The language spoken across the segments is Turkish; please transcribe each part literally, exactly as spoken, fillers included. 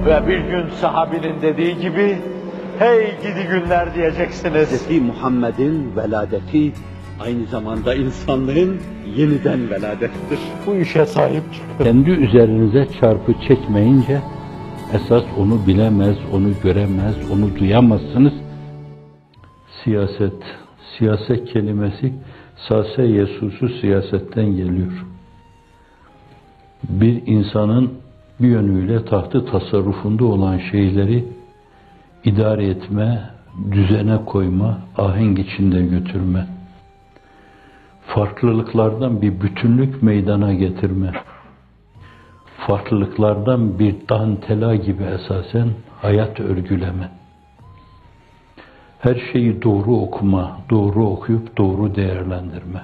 Ve bir gün sahabinin dediği gibi, hey gidi günler diyeceksiniz. Hazreti Muhammed'in veladeti aynı zamanda insanlığın yeniden veladettir. Bu işe sahip çıkın. Kendi üzerinize çarpı çekmeyince, esas onu bilemez, onu göremez, onu duyamazsınız. Siyaset, siyaset kelimesi, sase yesusu siyasetten geliyor. Bir insanın bir yönüyle tahtı tasarrufunda olan şeyleri idare etme, düzene koyma, ahenk içinde götürme. Farklılıklardan bir bütünlük meydana getirme. Farklılıklardan bir dantela gibi esasen hayat örgüleme. Her şeyi doğru okuma, doğru okuyup doğru değerlendirme.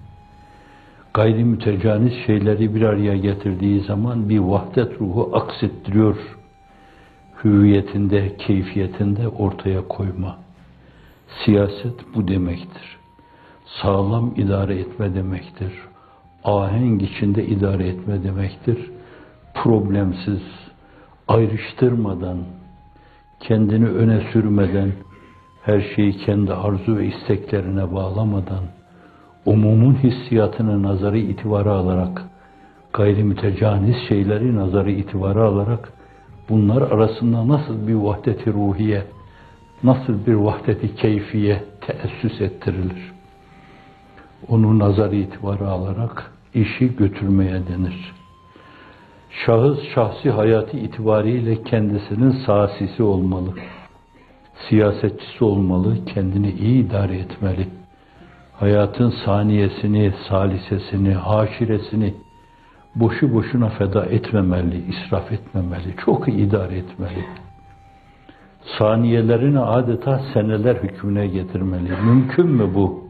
Gayri mütecaniz şeyleri bir araya getirdiği zaman bir vahdet ruhu aksettiriyor. Hüviyetinde, keyfiyetinde ortaya koyma. Siyaset bu demektir. Sağlam idare etme demektir. Ahenk içinde idare etme demektir. Problemsiz, ayrıştırmadan, kendini öne sürmeden, her şeyi kendi arzu ve isteklerine bağlamadan, umumun hissiyatını nazarı itibara alarak, gayri mütecaniz şeyleri nazarı itibara alarak, bunlar arasında nasıl bir vahdet-i ruhiye, nasıl bir vahdet-i keyfiye teessüs ettirilir? Onu nazarı itibara alarak işi götürmeye denir. Şahıs, şahsi hayatı itibariyle kendisinin sahasisi olmalı. Siyasetçisi olmalı, kendini iyi idare etmeli. Hayatın saniyesini, salisesini, haşiresini boşu boşuna feda etmemeli, israf etmemeli, çok iyi idare etmeli. Saniyelerini adeta seneler hükmüne getirmeli. Mümkün mü bu?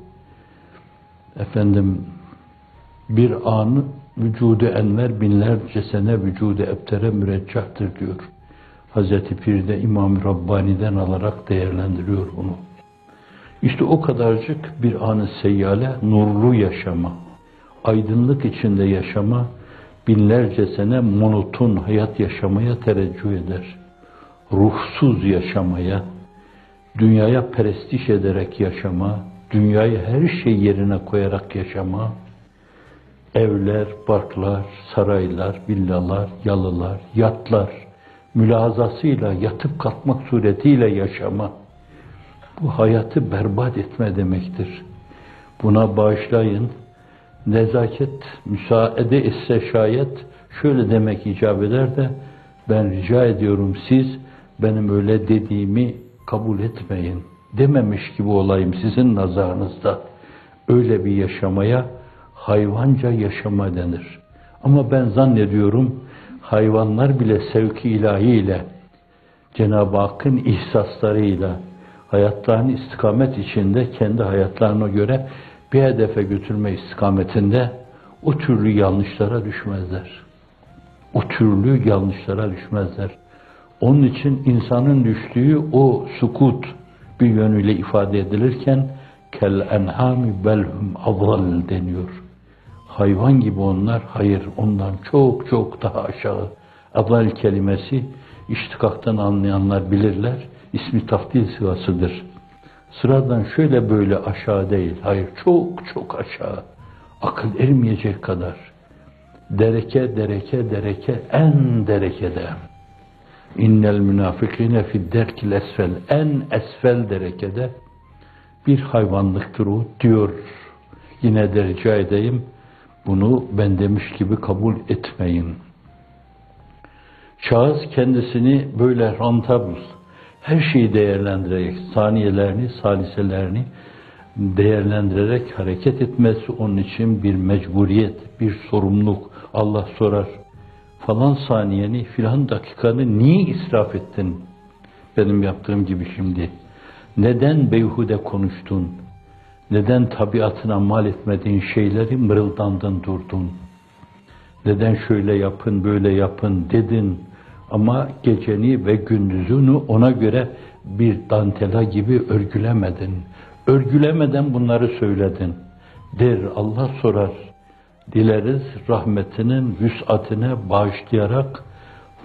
Efendim, bir anı vücudu enver binlerce sene vücudu ebtere müreccahtır diyor. Hazreti Pir de İmam-ı Rabbani'den alarak değerlendiriyor onu. İşte o kadarcık bir anı seyyale, nurlu yaşama, aydınlık içinde yaşama, binlerce sene monoton hayat yaşamaya tereccüh eder. Ruhsuz yaşamaya, dünyaya perestiş ederek yaşama, dünyayı her şey yerine koyarak yaşama, evler, barklar, saraylar, villalar, yalılar, yatlar, mülahazasıyla yatıp kalkmak suretiyle yaşama, bu hayatı berbat etme demektir. Buna bağışlayın, nezaket, müsaade etse şayet şöyle demek icap eder de, ben rica ediyorum siz benim öyle dediğimi kabul etmeyin dememiş gibi olayım sizin nazarınızda. Öyle bir yaşamaya hayvanca yaşama denir. Ama ben zannediyorum hayvanlar bile sevki ilahiyle, Cenab-ı Hakk'ın ihsaslarıyla, hayatlarını istikamet içinde kendi hayatlarına göre bir hedefe götürme istikametinde o türlü yanlışlara düşmezler. O türlü yanlışlara düşmezler. Onun için insanın düştüğü o sukut bir yönüyle ifade edilirken kel enhami belhum azal deniyor. Hayvan gibi onlar, hayır ondan çok çok daha aşağı. Azal kelimesi iştikaktan anlayanlar bilirler. İsmi tafdil sırasıdır. Sıradan şöyle böyle aşağı değil. Hayır, çok çok aşağı. Akıl ermeyecek kadar. Dereke, dereke, dereke, en derekede. İnnel münafıkîne fid-derkil esfel. En esfel derekede bir hayvanlıktır o diyor. Yine de rica edeyim, bunu ben demiş gibi kabul etmeyin. Şahıs kendisini böyle rentable, her şeyi değerlendirerek, saniyelerini, saliselerini değerlendirerek hareket etmesi onun için bir mecburiyet, bir sorumluluk. Allah sorar, falan saniyeni, filan dakikanı niye israf ettin? Benim yaptığım gibi şimdi. Neden beyhude konuştun? Neden tabiatına mal etmediğin şeyleri mırıldandın durdun? Neden şöyle yapın, böyle yapın dedin? Ama geceni ve gündüzünü ona göre bir dantela gibi örgülemedin. Örgülemeden bunları söyledin. Der, Allah sorar. Dileriz rahmetinin vüs'atine bağışlayarak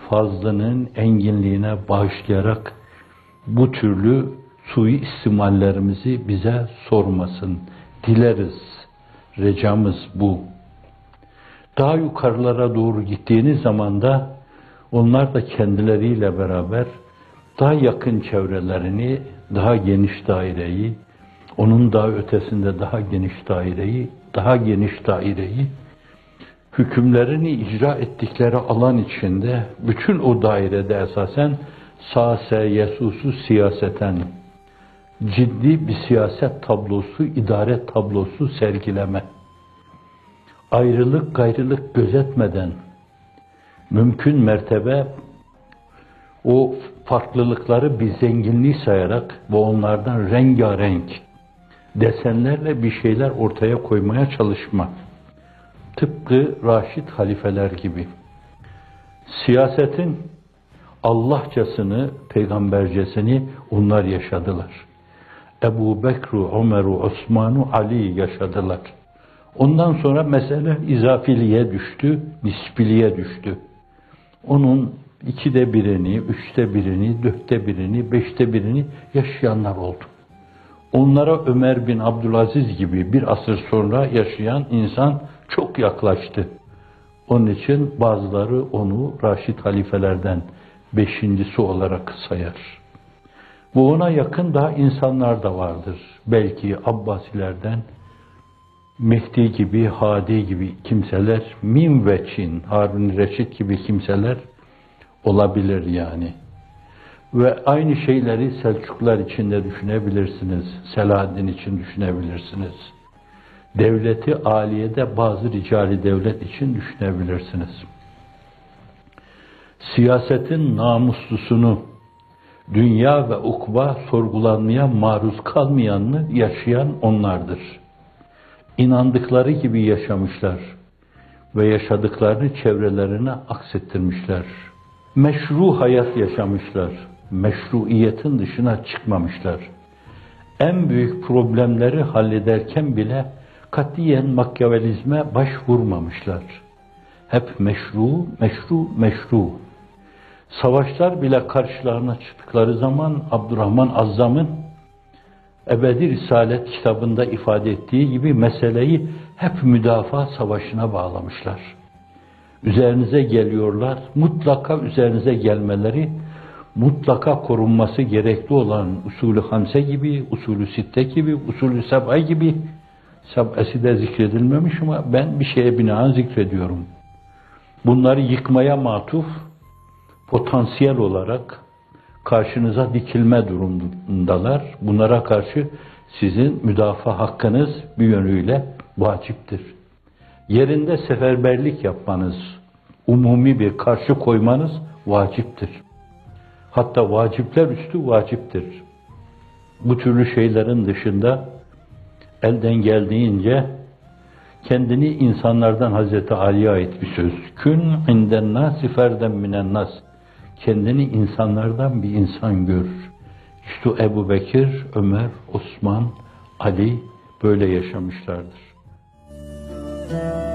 fazlının enginliğine bağışlayarak bu türlü sui istimallerimizi bize sormasın. Dileriz. Recamız bu. Daha yukarılara doğru gittiğiniz zaman da onlar da kendileriyle beraber daha yakın çevrelerini, daha geniş daireyi, onun daha ötesinde daha geniş daireyi, daha geniş daireyi, hükümlerini icra ettikleri alan içinde, bütün o dairede esasen sâse yesusu siyaseten, ciddi bir siyaset tablosu, idare tablosu sergileme, ayrılık gayrılık gözetmeden, mümkün mertebe o farklılıkları bir zenginliği sayarak ve onlardan rengarenk desenlerle bir şeyler ortaya koymaya çalışma. Tıpkı Raşid halifeler gibi. Siyasetin Allahçasını, peygambercesini onlar yaşadılar. Ebu Bekru, Ömer'u, Osman'u, Ali yaşadılar. Ondan sonra mesele izafiliğe düştü, nisbiliğe düştü. Onun ikide birini, üçte birini, dörtte birini, beşte birini yaşayanlar oldu. Onlara Ömer bin Abdülaziz gibi bir asır sonra yaşayan insan çok yaklaştı. Onun için bazıları onu Raşid halifelerden beşincisi olarak sayar. Bu ona yakın daha insanlar da vardır. Belki Abbasilerden Mehdi gibi, Hadi gibi kimseler, Min ve Çin, Harun Reşit gibi kimseler olabilir yani. Ve aynı şeyleri Selçuklular için de düşünebilirsiniz. Selahaddin için düşünebilirsiniz. Devleti aliyede bazı ricali devlet için düşünebilirsiniz. Siyasetin namuslusunu, dünya ve ukba sorgulanmaya maruz kalmayanını yaşayan onlardır. İnandıkları gibi yaşamışlar ve yaşadıklarını çevrelerine aksettirmişler. Meşru hayat yaşamışlar. Meşruiyetin dışına çıkmamışlar. En büyük problemleri hallederken bile katiyen makyavelizme başvurmamışlar. Hep meşru, meşru, meşru. Savaşlar bile karşılarına çıktıkları zaman Abdurrahman Azzam'ın Ebedi Risalet kitabında ifade ettiği gibi meseleyi hep müdafaa savaşına bağlamışlar. Üzerinize geliyorlar, mutlaka üzerinize gelmeleri, mutlaka korunması gerekli olan usulü hamse gibi, usulü sitte gibi, usulü seb'a gibi, seb'esi de zikredilmemiş ama ben bir şeye binaen zikrediyorum. Bunları yıkmaya matuf, potansiyel olarak karşınıza dikilme durumundalar. Bunlara karşı sizin müdafaa hakkınız bir yönüyle vaciptir. Yerinde seferberlik yapmanız, umumi bir karşı koymanız vaciptir. Hatta vacipler üstü vaciptir. Bu türlü şeylerin dışında elden geldiğince kendini insanlardan Hazreti Ali'ye ait bir söz. Kün inden nâsi ferden minen nas. Kendini insanlardan bir insan gör. İşte Ebu Bekir, Ömer, Osman, Ali böyle yaşamışlardır.